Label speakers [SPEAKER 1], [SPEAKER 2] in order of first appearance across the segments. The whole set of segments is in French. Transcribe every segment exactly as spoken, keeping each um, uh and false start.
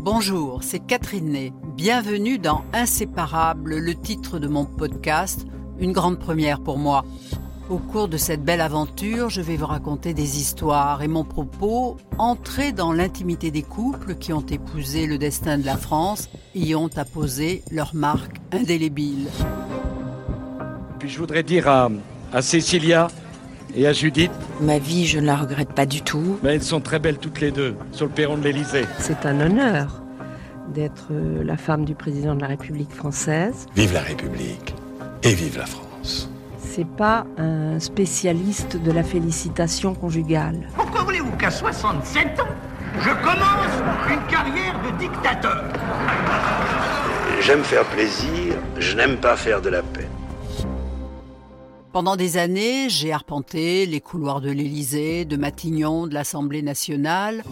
[SPEAKER 1] Bonjour, c'est Catherine Ney. Bienvenue dans Inséparables, le titre de mon podcast, une grande première pour moi. Au cours de cette belle aventure, je vais vous raconter des histoires et mon propos, entrer dans l'intimité des couples qui ont épousé le destin de la France et y ont apposé leur marque indélébile.
[SPEAKER 2] Puis je voudrais dire à, à Cécilia et à Judith...
[SPEAKER 3] Ma vie, je ne la regrette pas du tout.
[SPEAKER 2] Mais elles sont très belles toutes les deux, sur le perron de l'Élysée.
[SPEAKER 4] C'est un honneur d'être la femme du président de la République française.
[SPEAKER 5] Vive la République et vive la France.
[SPEAKER 4] C'est pas un spécialiste de la félicitation conjugale.
[SPEAKER 6] Pourquoi voulez-vous qu'à soixante-sept ans, je commence une carrière de dictateur ?
[SPEAKER 7] J'aime faire plaisir, je n'aime pas faire de la peine.
[SPEAKER 1] Pendant des années, j'ai arpenté les couloirs de l'Élysée, de Matignon, de l'Assemblée nationale.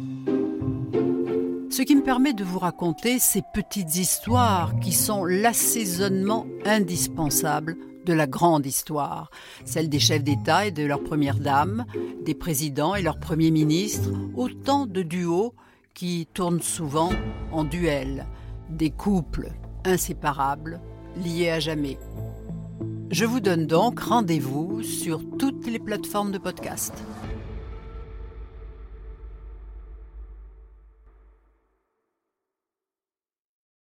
[SPEAKER 1] Ce qui me permet de vous raconter ces petites histoires qui sont l'assaisonnement indispensable de la grande histoire, celle des chefs d'État et de leurs premières dames, des présidents et leurs premiers ministres, autant de duos qui tournent souvent en duel, des couples inséparables, liés à jamais. Je vous donne donc rendez-vous sur toutes les plateformes de podcast.